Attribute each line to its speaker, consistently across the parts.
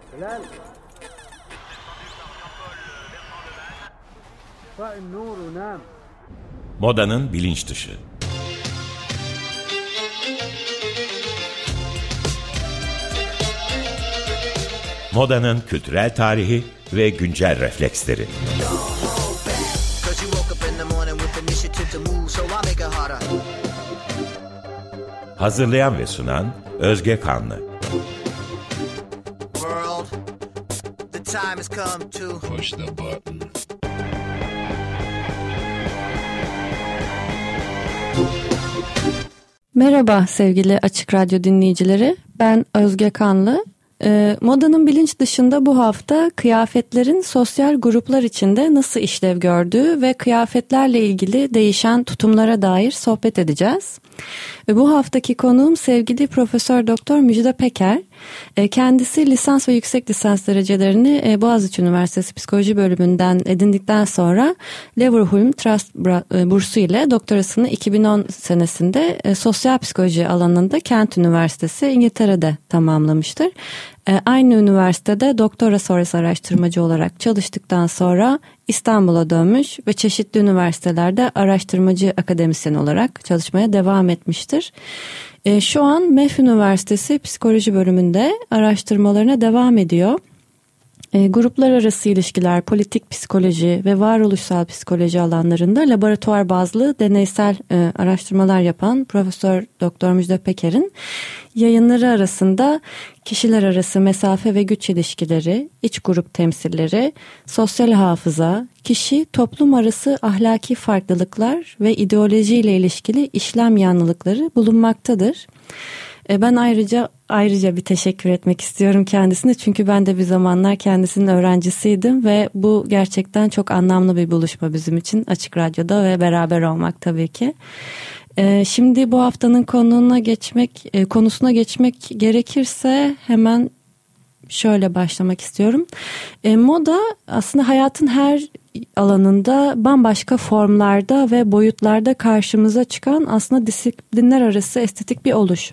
Speaker 1: Modanın bilinç dışı. Modanın kültürel tarihi ve güncel refleksleri. Hazırlayan ve sunan Özge Kanlı.
Speaker 2: Push the button.
Speaker 3: Merhaba sevgili Açık Radyo dinleyicileri, ben Özge Kanlı. Modanın bilinç dışında bu hafta kıyafetlerin sosyal gruplar içinde nasıl işlev gördüğü ve kıyafetlerle ilgili değişen tutumlara dair sohbet edeceğiz. Bu haftaki konuğum sevgili Profesör Doktor Müjde Peker. Kendisi lisans ve yüksek lisans derecelerini Boğaziçi Üniversitesi Psikoloji bölümünden edindikten sonra Leverhulme Trust bursu ile doktorasını 2010 senesinde sosyal psikoloji alanında Kent Üniversitesi İngiltere'de tamamlamıştır. Aynı üniversitede doktora sonrası araştırmacı olarak çalıştıktan sonra İstanbul'a dönmüş ve çeşitli üniversitelerde araştırmacı akademisyen olarak çalışmaya devam etmiştir. Şu an MEF Üniversitesi Psikoloji bölümünde araştırmalarına devam ediyor. Gruplar arası ilişkiler, politik psikoloji ve varoluşsal psikoloji alanlarında laboratuvar bazlı deneysel araştırmalar yapan Profesör Doktor Müjde Peker'in yayınları arasında kişiler arası mesafe ve güç ilişkileri, iç grup temsilleri, sosyal hafıza, kişi toplum arası ahlaki farklılıklar ve ideolojiyle ilişkili işlem yanlılıkları bulunmaktadır. Ben ayrıca bir teşekkür etmek istiyorum kendisine, çünkü ben de bir zamanlar kendisinin öğrencisiydim ve bu gerçekten çok anlamlı bir buluşma bizim için Açık Radyo'da ve beraber olmak tabii ki. Şimdi bu haftanın konusuna geçmek gerekirse hemen şöyle başlamak istiyorum. Moda aslında hayatın her alanında bambaşka formlarda ve boyutlarda karşımıza çıkan aslında disiplinler arası estetik bir oluş.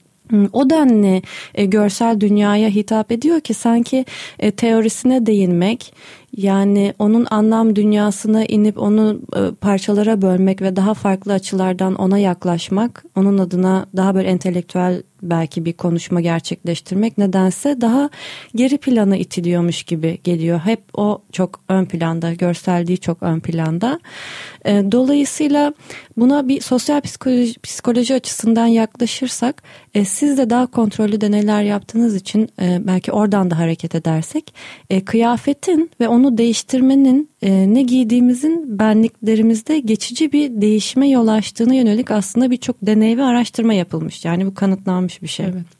Speaker 3: O denli görsel dünyaya hitap ediyor ki sanki teorisine değinmek, yani onun anlam dünyasına inip onu parçalara bölmek ve daha farklı açılardan ona yaklaşmak, onun adına daha böyle entelektüel belki bir konuşma gerçekleştirmek nedense daha geri plana itiliyormuş gibi geliyor. Hep o çok ön planda, görselliği çok ön planda. Dolayısıyla buna bir sosyal psikoloji açısından yaklaşırsak, siz de daha kontrollü deneyler yaptığınız için belki oradan da hareket edersek, kıyafetin ve onu değiştirmenin ne giydiğimizin benliklerimizde geçici bir değişime yol açtığına yönelik aslında birçok deney ve araştırma yapılmış. Yani bu kanıtlanmış bir şey. Evet.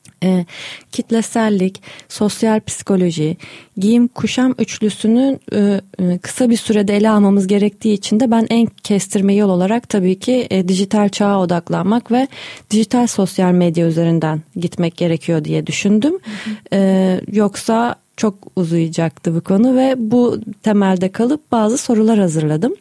Speaker 3: Kitlesellik, sosyal psikoloji, giyim kuşam üçlüsünü kısa bir sürede ele almamız gerektiği için de ben en kestirme yol olarak tabii ki dijital çağa odaklanmak ve dijital sosyal medya üzerinden gitmek gerekiyor diye düşündüm. Yoksa çok uzayacaktı bu konu ve bu temelde kalıp bazı sorular hazırladım.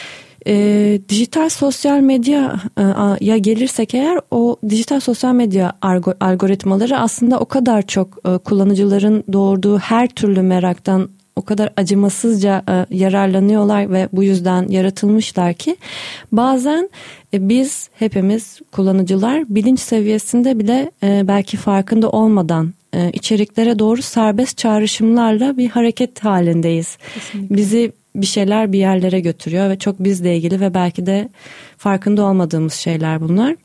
Speaker 3: Dijital sosyal medyaya gelirsek eğer, o dijital sosyal medya algoritmaları aslında o kadar çok kullanıcıların doğurduğu her türlü meraktan o kadar acımasızca yararlanıyorlar ve bu yüzden yaratılmışlar ki bazen biz hepimiz kullanıcılar bilinç seviyesinde bile belki farkında olmadan içeriklere doğru serbest çağrışımlarla bir hareket halindeyiz. Kesinlikle. Bizi bir şeyler bir yerlere götürüyor ve çok bizle ilgili ve belki de farkında olmadığımız şeyler bunlar.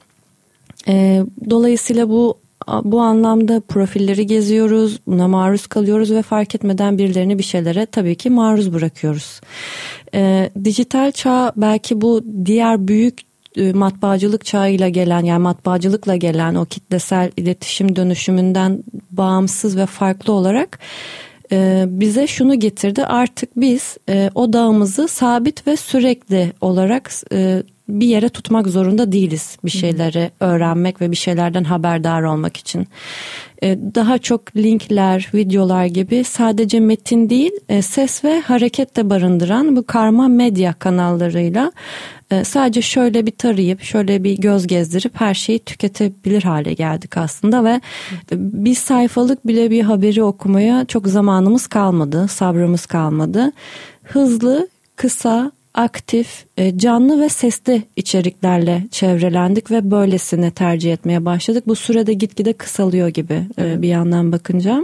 Speaker 3: Dolayısıyla bu anlamda profilleri geziyoruz, buna maruz kalıyoruz ve fark etmeden birilerini bir şeylere tabii ki maruz bırakıyoruz. Dijital çağ belki bu diğer büyük matbaacılık çağıyla gelen, yani matbaacılıkla gelen o kitlesel iletişim dönüşümünden bağımsız ve farklı olarak bize şunu getirdi: artık biz odağımızı sabit ve sürekli olarak bir yere tutmak zorunda değiliz bir şeyleri öğrenmek ve bir şeylerden haberdar olmak için. Daha çok linkler, videolar gibi sadece metin değil, ses ve hareket de barındıran bu karma medya kanallarıyla sadece şöyle bir tarayıp şöyle bir göz gezdirip her şeyi tüketebilir hale geldik aslında ve bir sayfalık bile bir haberi okumaya çok zamanımız kalmadı, sabrımız kalmadı. Hızlı, kısa, aktif, canlı ve sesli içeriklerle çevrelendik ve böylesini tercih etmeye başladık. Bu sürede gitgide kısalıyor gibi bir yandan bakınca.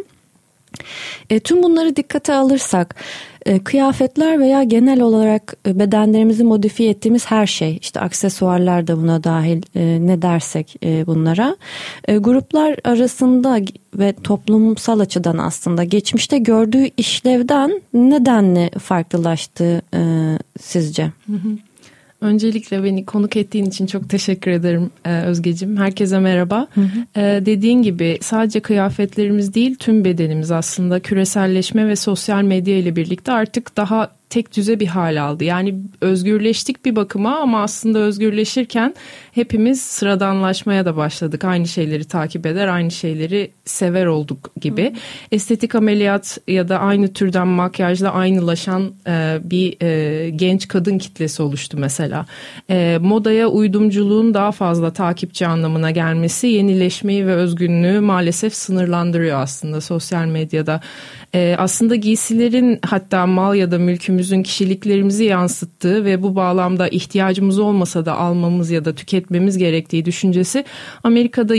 Speaker 3: Tüm bunları dikkate alırsak kıyafetler veya genel olarak bedenlerimizi modifiye ettiğimiz her şey, işte aksesuarlar da buna dahil, ne dersek bunlara, gruplar arasında ve toplumsal açıdan aslında geçmişte gördüğü işlevden nedenle farklılaştı sizce?
Speaker 4: Hı hı. Öncelikle beni konuk ettiğin için çok teşekkür ederim Özgeciğim. Herkese merhaba. Hı hı. Dediğin gibi sadece kıyafetlerimiz değil, tüm bedenimiz aslında küreselleşme ve sosyal medya ile birlikte artık daha tek düze bir hal aldı. Yani özgürleştik bir bakıma ama aslında özgürleşirken hepimiz sıradanlaşmaya da başladık. Aynı şeyleri takip eder, aynı şeyleri sever olduk gibi. Estetik ameliyat ya da aynı türden makyajla aynılaşan bir genç kadın kitlesi oluştu mesela. Modaya uydumculuğun daha fazla takipçi anlamına gelmesi yenileşmeyi ve özgünlüğü maalesef sınırlandırıyor aslında sosyal medyada. Aslında giysilerin, hatta mal ya da mülkümüzün kişiliklerimizi yansıttığı ve bu bağlamda ihtiyacımız olmasa da almamız ya da tüketmemiz gerektiği düşüncesi Amerika'da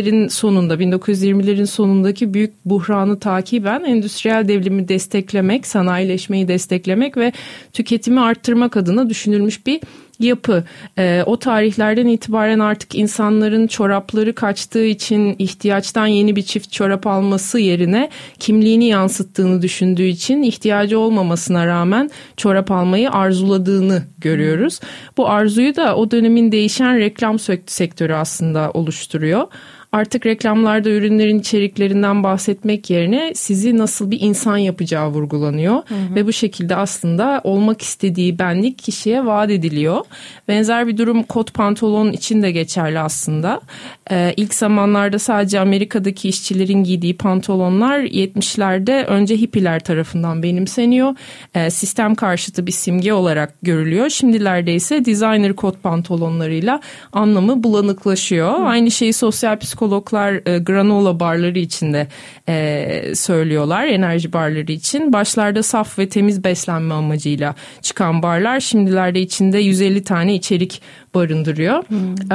Speaker 4: 1920'lerin sonundaki büyük buhranı takiben endüstriyel devrimi desteklemek, sanayileşmeyi desteklemek ve tüketimi arttırmak adına düşünülmüş bir yapı. O tarihlerden itibaren artık insanların çorapları kaçtığı için ihtiyaçtan yeni bir çift çorap alması yerine kimliğini yansıttığını düşündüğü için ihtiyacı olmamasına rağmen çorap almayı arzuladığını görüyoruz. Bu arzuyu da o dönemin değişen reklam sektörü aslında oluşturuyor. Artık reklamlarda ürünlerin içeriklerinden bahsetmek yerine sizi nasıl bir insan yapacağı vurgulanıyor. Hı hı. Ve bu şekilde aslında olmak istediği benlik kişiye vaat ediliyor. Benzer bir durum kot pantolon için de geçerli aslında. İlk zamanlarda sadece Amerika'daki işçilerin giydiği pantolonlar 70'lerde önce hippiler tarafından benimseniyor. Sistem karşıtı bir simge olarak görülüyor. Şimdilerde ise designer kot pantolonlarıyla anlamı bulanıklaşıyor. Hı. Aynı şeyi sosyal psikologlar granola barları için de söylüyorlar, enerji barları için. Başlarda saf ve temiz beslenme amacıyla çıkan barlar şimdilerde içinde 150 tane içerik barındırıyor.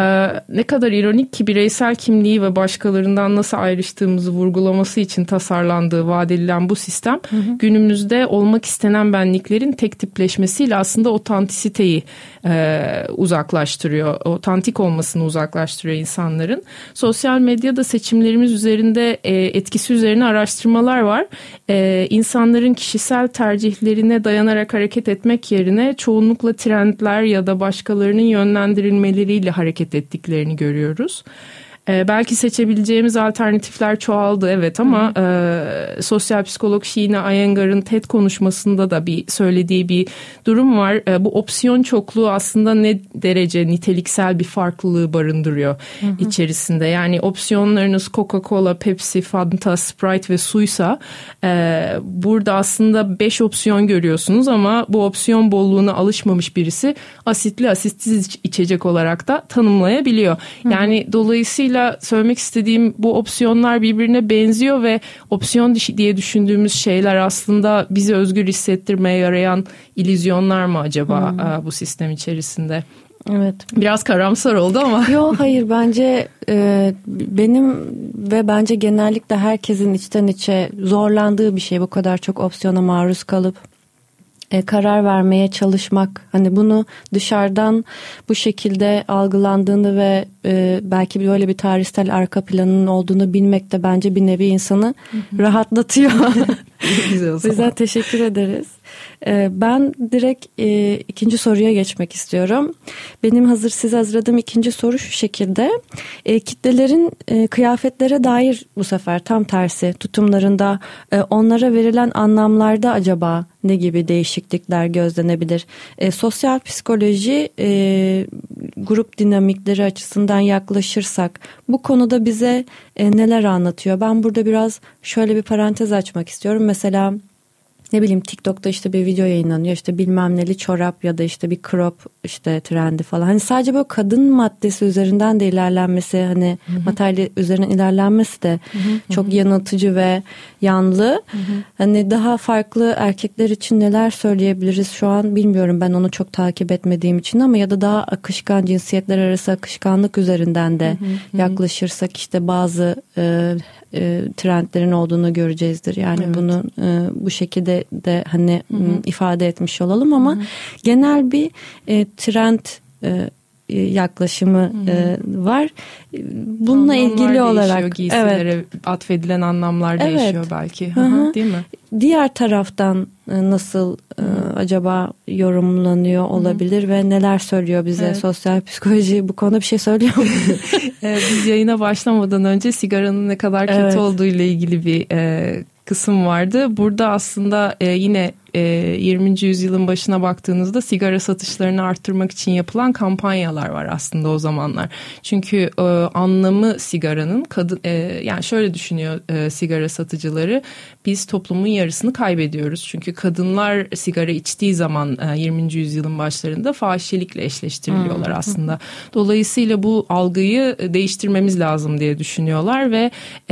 Speaker 4: Ne kadar ironik ki bireysel kimliği ve başkalarından nasıl ayrıştığımızı vurgulaması için tasarlandığı vaat edilen bu sistem günümüzde olmak istenen benliklerin tek tipleşmesiyle aslında otantisiteyi uzaklaştırıyor. Otantik olmasını uzaklaştırıyor insanların. Sosyal medyada seçimlerimiz üzerinde etkisi üzerine araştırmalar var. İnsanların kişisel tercihlerine dayanarak hareket etmek yerine çoğunlukla trendler ya da başkalarının yönlendirilmeleriyle hareket ettiklerini görüyoruz. Belki seçebileceğimiz alternatifler çoğaldı, evet, ama sosyal psikolog Sheena Iyengar'ın TED konuşmasında da söylediği bir durum var. Bu opsiyon çokluğu aslında ne derece niteliksel bir farklılığı barındırıyor içerisinde. Yani opsiyonlarınız Coca-Cola, Pepsi, Fanta, Sprite ve suysa burada aslında 5 opsiyon görüyorsunuz ama bu opsiyon bolluğuna alışmamış birisi asitli asitsiz içecek olarak da tanımlayabiliyor. Yani dolayısıyla söylemek istediğim, bu opsiyonlar birbirine benziyor ve opsiyon diye düşündüğümüz şeyler aslında bizi özgür hissettirmeye yarayan illüzyonlar mı acaba bu sistem içerisinde?
Speaker 3: Evet.
Speaker 4: Biraz karamsar oldu ama.
Speaker 3: Yok, hayır, bence benim ve bence genellikle herkesin içten içe zorlandığı bir şey bu kadar çok opsiyona maruz kalıp karar vermeye çalışmak. Hani bunu dışarıdan bu şekilde algılandığını ve belki böyle bir tarihsel arka planının olduğunu bilmek de bence bir nevi insanı rahatlatıyor. Size teşekkür ederiz. Ben direkt ikinci soruya geçmek istiyorum. Benim size hazırladığım ikinci soru şu şekilde. Kitlelerin kıyafetlere dair bu sefer tam tersi tutumlarında, onlara verilen anlamlarda acaba ne gibi değişiklikler gözlenebilir? Sosyal psikoloji, grup dinamikleri açısından yaklaşırsak bu konuda bize neler anlatıyor? Ben burada biraz şöyle bir parantez açmak istiyorum. Mesela ne bileyim TikTok'ta işte bir video yayınlanıyor, işte bilmem neli çorap ya da işte bir crop işte trendi falan. Hani sadece böyle kadın maddesi üzerinden de ilerlenmesi, hani materyal üzerinden ilerlenmesi de çok yanıltıcı ve yanlı. Hani daha farklı erkekler için neler söyleyebiliriz şu an bilmiyorum, ben onu çok takip etmediğim için, ama ya da daha akışkan, cinsiyetler arası akışkanlık üzerinden de yaklaşırsak işte bazı trendlerin olduğunu göreceğizdir. Yani bunu bu şekilde de hani ifade etmiş olalım, ama genel bir trend yaklaşımı var. Bununla
Speaker 4: anlamlar
Speaker 3: ilgili
Speaker 4: değişiyor,
Speaker 3: olarak
Speaker 4: giysilere atfedilen anlamlar değişiyor belki. Değil mi?
Speaker 3: Diğer taraftan nasıl acaba yorumlanıyor olabilir ve neler söylüyor bize sosyal psikoloji bu konuda, bir şey söylüyor mu?
Speaker 4: Biz yayına başlamadan önce sigaranın ne kadar kötü olduğu ile ilgili bir kısım vardı. Burada aslında yine 20. yüzyılın başına baktığınızda sigara satışlarını arttırmak için yapılan kampanyalar var aslında o zamanlar. Çünkü anlamı sigaranın yani şöyle düşünüyor sigara satıcıları, biz toplumun yarısını kaybediyoruz. Çünkü kadınlar sigara içtiği zaman 20. yüzyılın başlarında fahişelikle eşleştiriliyorlar aslında. Dolayısıyla bu algıyı değiştirmemiz lazım diye düşünüyorlar ve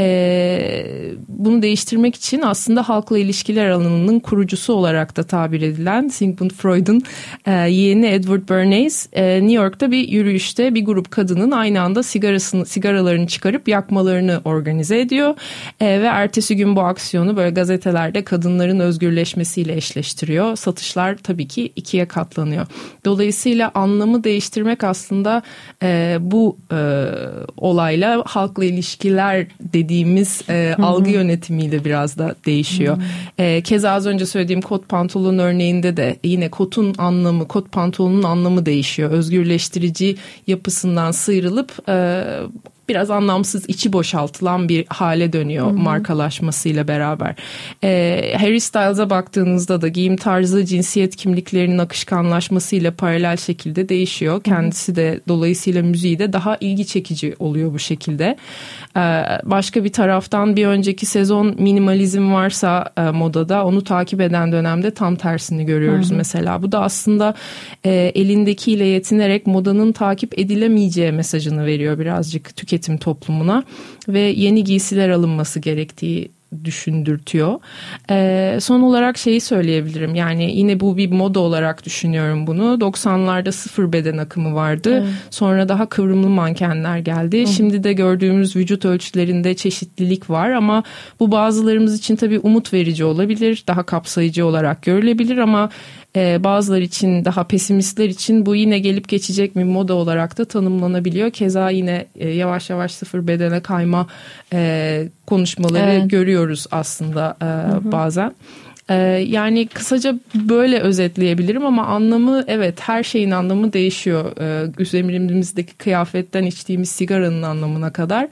Speaker 4: bunu değiştirmek için aslında halkla ilişkiler alanının kurucusu olarak da tabir edilen Sigmund Freud'un yeğeni Edward Bernays New York'ta bir yürüyüşte bir grup kadının aynı anda sigaralarını çıkarıp yakmalarını organize ediyor ve ertesi gün bu aksiyonu böyle gazetelerde kadınların özgürleşmesiyle eşleştiriyor. Satışlar tabii ki 2'ye katlanıyor. Dolayısıyla anlamı değiştirmek aslında bu olayla halkla ilişkiler dediğimiz algı yönetimiyle biraz da değişiyor. Keza az önce söylediğim kot pantolon örneğinde de yine kot pantolonun anlamı değişiyor. Özgürleştirici yapısından sıyrılıp biraz anlamsız, içi boşaltılan bir hale dönüyor markalaşmasıyla beraber. Harry Styles'a baktığınızda da giyim tarzı cinsiyet kimliklerinin akışkanlaşmasıyla paralel şekilde değişiyor. Kendisi de dolayısıyla müziği de daha ilgi çekici oluyor bu şekilde. Başka bir taraftan bir önceki sezon minimalizm varsa modada, onu takip eden dönemde tam tersini görüyoruz mesela. Bu da aslında elindekiyle yetinerek modanın takip edilemeyeceği mesajını veriyor birazcık tüketim toplumuna ve yeni giysiler alınması gerektiği düşündürtüyor. Son olarak şeyi söyleyebilirim. Yani yine bu bir moda olarak düşünüyorum bunu. 90'larda sıfır beden akımı vardı. Evet. Sonra daha kıvrımlı mankenler geldi. Şimdi de gördüğümüz vücut ölçülerinde çeşitlilik var ama bu bazılarımız için tabii umut verici olabilir. Daha kapsayıcı olarak görülebilir ama bazıları için, daha pesimistler için bu yine gelip geçecek bir moda olarak da tanımlanabiliyor. Keza yine yavaş yavaş sıfır bedene kayma konuşmaları görüyoruz aslında bazen. Yani kısaca böyle özetleyebilirim ama anlamı, evet, her şeyin anlamı değişiyor. Üzerimizdeki kıyafetten içtiğimiz sigaranın anlamına kadar.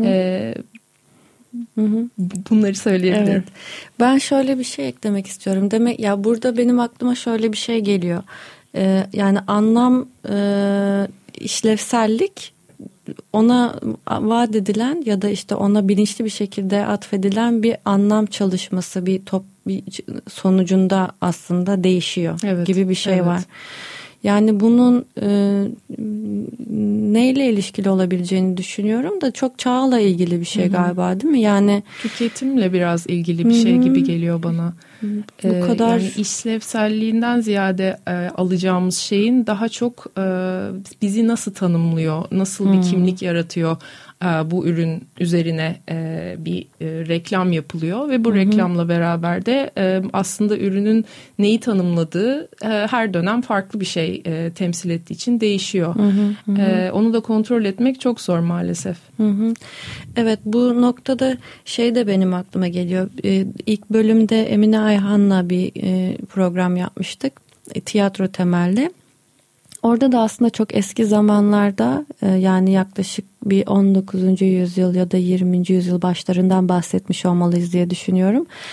Speaker 4: Bunları söyleyebilirim. Evet.
Speaker 3: Ben şöyle bir şey eklemek istiyorum. Demek ya, burada benim aklıma şöyle bir şey geliyor. Yani anlam, işlevsellik, ona vaat edilen ya da işte ona bilinçli bir şekilde atfedilen bir anlam çalışması, bir sonucunda aslında değişiyor gibi bir şey var. Yani bunun neyle ilişkili olabileceğini düşünüyorum da çok çağla ilgili bir şey galiba, değil mi? Yani
Speaker 4: tüketimle biraz ilgili bir şey gibi geliyor bana. Bu kadar yani işlevselliğinden ziyade alacağımız şeyin daha çok bizi nasıl tanımlıyor, nasıl bir kimlik yaratıyor. Bu ürün üzerine bir reklam yapılıyor ve bu reklamla beraber de aslında ürünün neyi tanımladığı her dönem farklı bir şey temsil ettiği için değişiyor. Onu da kontrol etmek çok zor maalesef.
Speaker 3: Evet, bu noktada şey de benim aklıma geliyor. İlk bölümde Emine Ayhan'la bir program yapmıştık, tiyatro temelli. Orada da aslında çok eski zamanlarda, yani yaklaşık bir 19. yüzyıl ya da 20. yüzyıl başlarından bahsetmiş olmalıyız diye düşünüyorum.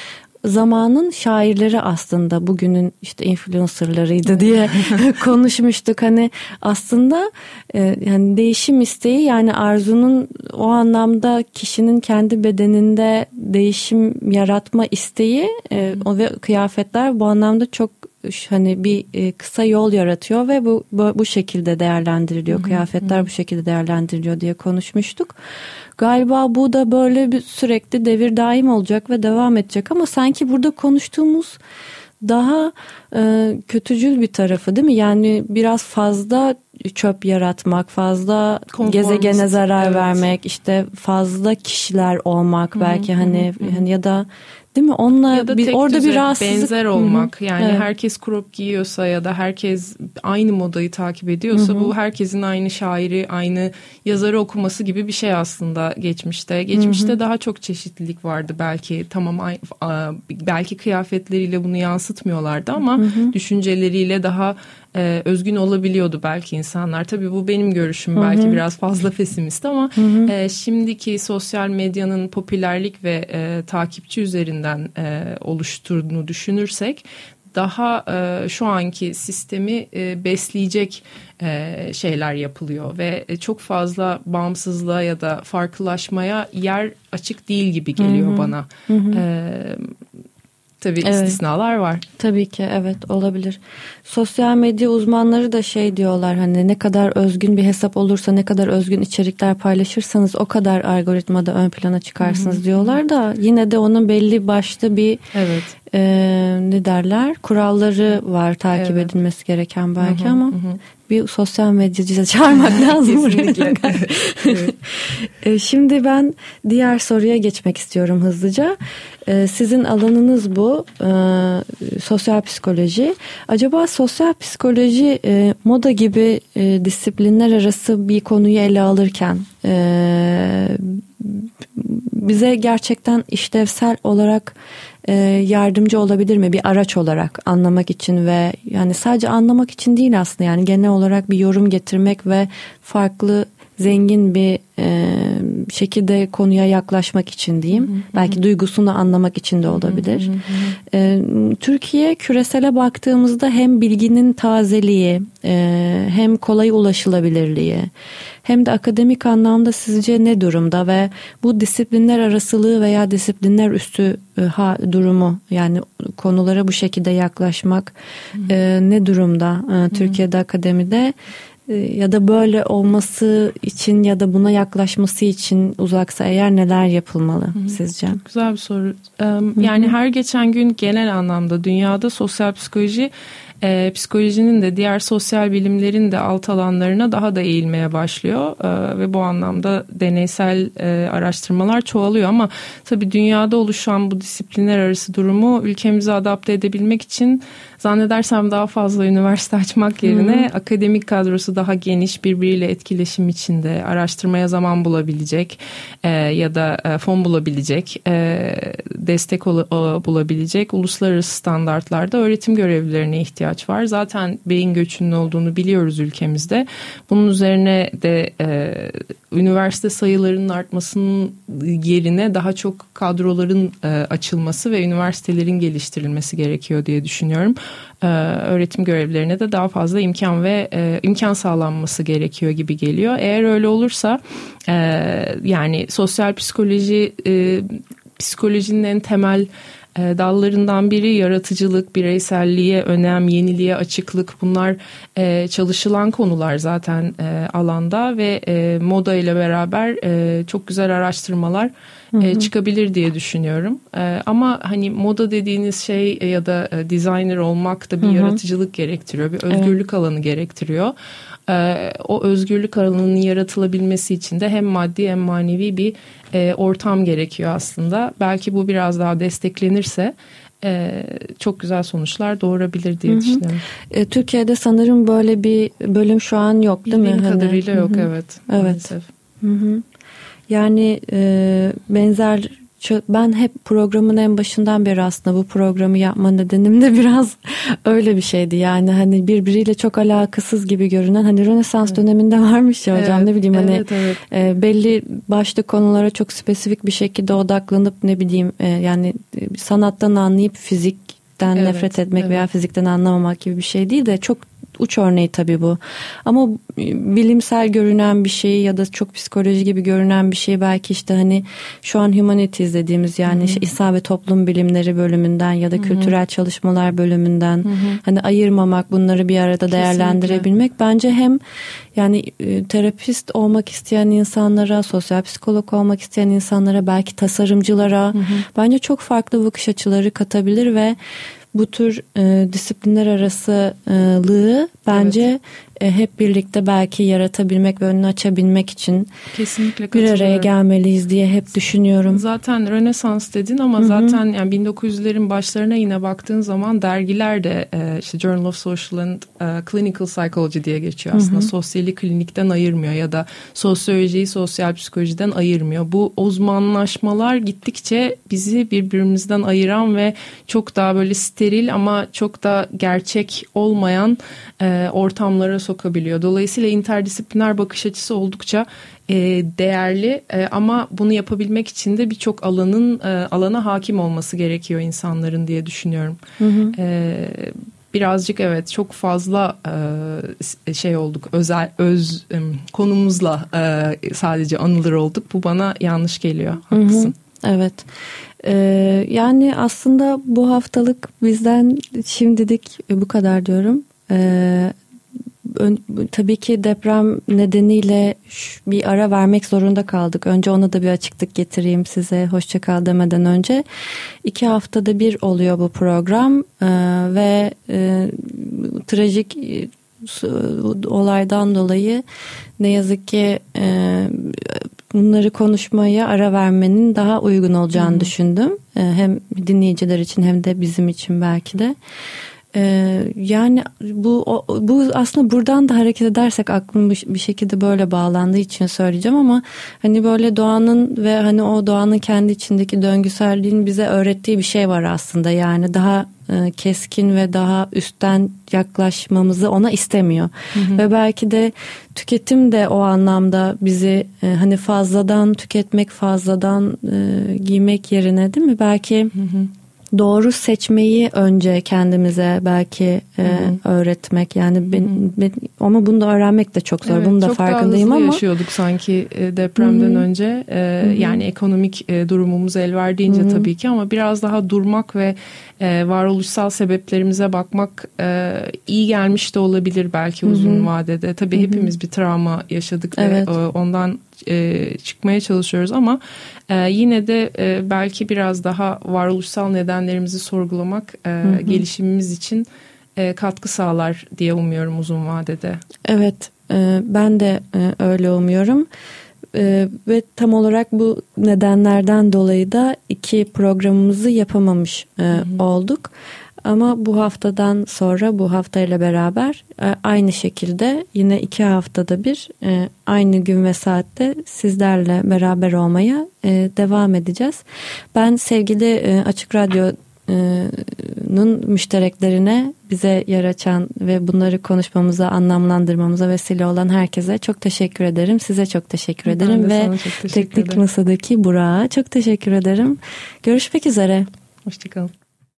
Speaker 3: zamanın şairleri aslında bugünün işte influencerlarıydı diye konuşmuştuk. Hani aslında yani değişim isteği, yani arzunun o anlamda kişinin kendi bedeninde değişim yaratma isteği ve kıyafetler bu anlamda çok hani bir kısa yol yaratıyor ve bu şekilde değerlendiriliyor. Kıyafetler bu şekilde değerlendiriliyor diye konuşmuştuk. Galiba bu da böyle bir sürekli devir daim olacak ve devam edecek, ama sanki burada konuştuğumuz daha kötücül bir tarafı değil mi? Yani biraz fazla çöp yaratmak, fazla gezegene zarar vermek, işte fazla kişiler olmak belki hani ya da değil mi? Onunla
Speaker 4: ya da
Speaker 3: orada bir rahatsızlık,
Speaker 4: benzer olmak. Yani herkes crop giyiyorsa ya da herkes aynı modayı takip ediyorsa bu herkesin aynı şairi, aynı yazarı okuması gibi bir şey aslında geçmişte. Geçmişte daha çok çeşitlilik vardı belki. Tamam, belki kıyafetleriyle bunu yansıtmıyorlardı ama düşünceleriyle daha özgün olabiliyordu belki insanlar. Tabii bu benim görüşüm, belki biraz fazla pesimist ama şimdiki sosyal medyanın popülerlik ve takipçi üzerinden oluşturduğunu düşünürsek daha şu anki sistemi besleyecek şeyler yapılıyor ve çok fazla bağımsızlığa ya da farklılaşmaya yer açık değil gibi geliyor bana. Tabii istisnalar var.
Speaker 3: Tabii ki, evet, olabilir. Sosyal medya uzmanları da şey diyorlar, hani ne kadar özgün bir hesap olursa, ne kadar özgün içerikler paylaşırsanız o kadar algoritmada ön plana çıkarsınız diyorlar da yine de onun belli başlı bir ne derler, kuralları var takip edilmesi gereken belki ama bir sosyal medyacıya çağırmak lazım.
Speaker 4: Kesinlikle.
Speaker 3: Şimdi ben diğer soruya geçmek istiyorum hızlıca. Sizin alanınız bu, sosyal psikoloji. Acaba sosyal psikoloji moda gibi disiplinler arası bir konuyu ele alırken bize gerçekten işlevsel olarak yardımcı olabilir mi? Bir araç olarak anlamak için ve yani sadece anlamak için değil aslında, yani genel olarak bir yorum getirmek ve farklı, zengin bir şekilde konuya yaklaşmak için diyeyim. Belki duygusunu anlamak için de olabilir. Türkiye küresele baktığımızda hem bilginin tazeliği, hem kolay ulaşılabilirliği, hem de akademik anlamda sizce ne durumda ve bu disiplinler arasılığı veya disiplinler üstü durumu, yani konulara bu şekilde yaklaşmak ne durumda Türkiye'de akademide? Ya da böyle olması için ya da buna yaklaşması için uzaksa eğer neler yapılmalı sizce?
Speaker 4: Çok güzel bir soru. Yani her geçen gün genel anlamda dünyada sosyal psikoloji, psikolojinin de diğer sosyal bilimlerin de alt alanlarına daha da eğilmeye başlıyor ve bu anlamda deneysel araştırmalar çoğalıyor ama tabii dünyada oluşan bu disiplinler arası durumu ülkemize adapte edebilmek için zannedersem daha fazla üniversite açmak yerine akademik kadrosu daha geniş, birbiriyle etkileşim içinde, araştırmaya zaman bulabilecek ya da fon bulabilecek, destek bulabilecek uluslararası standartlarda öğretim görevlilerine ihtiyaç var. Zaten beyin göçünün olduğunu biliyoruz ülkemizde. Bunun üzerine de üniversite sayılarının artmasının yerine daha çok kadroların açılması ve üniversitelerin geliştirilmesi gerekiyor diye düşünüyorum. Öğretim görevlilerine de daha fazla imkan ve imkan sağlanması gerekiyor gibi geliyor. Eğer öyle olursa yani sosyal psikoloji, psikolojinin en temel dallarından biri yaratıcılık, bireyselliğe önem, yeniliğe açıklık, bunlar çalışılan konular zaten alanda ve moda ile beraber çok güzel araştırmalar çıkabilir diye düşünüyorum. Ama hani moda dediğiniz şey ya da designer olmak da bir yaratıcılık gerektiriyor, bir özgürlük alanı gerektiriyor. O özgürlük alanının yaratılabilmesi için de hem maddi hem manevi bir ortam gerekiyor aslında. Belki bu biraz daha desteklenirse çok güzel sonuçlar doğurabilir diye düşünüyorum.
Speaker 3: Türkiye'de sanırım böyle bir bölüm şu an yok, değil mi?
Speaker 4: Bildiğim kadarıyla yok, evet.
Speaker 3: Evet. Yani benzer ben hep programın en başından beri aslında bu programı yapma nedenim de biraz öyle bir şeydi. Yani hani birbiriyle çok alakasız gibi görünen, hani Rönesans döneminde varmış ya hocam, ne bileyim hani belli başlı konulara çok spesifik bir şekilde odaklanıp ne bileyim yani sanattan anlayıp fizikten nefret etmek veya fizikten anlamamak gibi bir şey değil de çok uç örneği tabii bu. Ama bilimsel görünen bir şey ya da çok psikoloji gibi görünen bir şey belki işte hani şu an humanities dediğimiz yani işte İnsan ve Toplum Bilimleri bölümünden ya da kültürel çalışmalar bölümünden hani ayırmamak, bunları bir arada değerlendirebilmek bence hem yani terapist olmak isteyen insanlara, sosyal psikolog olmak isteyen insanlara, belki tasarımcılara bence çok farklı bakış açıları katabilir ve bu tür disiplinler arasılığı bence hep birlikte belki yaratabilmek ve önünü açabilmek için
Speaker 4: kesinlikle
Speaker 3: bir araya gelmeliyiz diye hep düşünüyorum.
Speaker 4: Zaten Rönesans dedin ama zaten yani 1900'lerin başlarına yine baktığın zaman dergiler de işte Journal of Social and Clinical Psychology diye geçiyor aslında. Sosyali klinikten ayırmıyor ya da sosyolojiyi sosyal psikolojiden ayırmıyor. Bu uzmanlaşmalar gittikçe bizi birbirimizden ayıran ve çok daha böyle steril ama çok da gerçek olmayan ortamlara sokabiliyor. Dolayısıyla interdisipliner bakış açısı oldukça değerli ama bunu yapabilmek için de birçok alana hakim olması gerekiyor insanların diye düşünüyorum. Birazcık evet çok fazla şey olduk, konumuzla sadece anılır olduk. Bu bana yanlış geliyor. Haklısın.
Speaker 3: Evet. Yani aslında bu haftalık bizden şimdilik bu kadar diyorum. Tabii ki deprem nedeniyle bir ara vermek zorunda kaldık. Önce ona da bir açıklık getireyim size hoşça kal demeden önce. 2 haftada bir oluyor bu program ve trajik olaydan dolayı ne yazık ki bunları konuşmaya ara vermenin daha uygun olacağını düşündüm. Hem dinleyiciler için hem de bizim için belki de. Yani bu aslında buradan da hareket edersek aklım bir şekilde böyle bağlandığı için söyleyeceğim ama hani böyle doğanın ve hani o doğanın kendi içindeki döngüselliğin bize öğrettiği bir şey var aslında. Yani daha keskin ve daha üstten yaklaşmamızı ona istemiyor. Ve belki de tüketim de o anlamda bizi hani fazladan tüketmek, fazladan giymek yerine, değil mi? Belki doğru seçmeyi önce kendimize belki öğretmek, yani ama bunu da öğrenmek de çok zor. Evet, bunun da farkındayım ama.
Speaker 4: Çok daha hızlı yaşıyorduk sanki depremden önce. Yani ekonomik durumumuz el verdiğince tabii ki, ama biraz daha durmak ve varoluşsal sebeplerimize bakmak iyi gelmiş de olabilir belki uzun vadede. Tabii hepimiz bir travma yaşadık ve ondan çıkmaya çalışıyoruz ama yine de belki biraz daha varoluşsal nedenlerimizi sorgulamak gelişimimiz için katkı sağlar diye umuyorum uzun vadede.
Speaker 3: Evet, ben de öyle umuyorum. Ve tam olarak bu nedenlerden dolayı da 2 programımızı yapamamış olduk. Ama bu haftadan sonra, bu haftayla beraber aynı şekilde yine 2 haftada bir aynı gün ve saatte sizlerle beraber olmaya devam edeceğiz. Ben sevgili Açık Radyo'nun müştereklerine, bize yer açan ve bunları konuşmamıza, anlamlandırmamıza vesile olan herkese çok teşekkür ederim. Size çok teşekkür ederim ve teknik masadaki Burak'a çok teşekkür ederim. Görüşmek üzere.
Speaker 4: Hoşçakalın.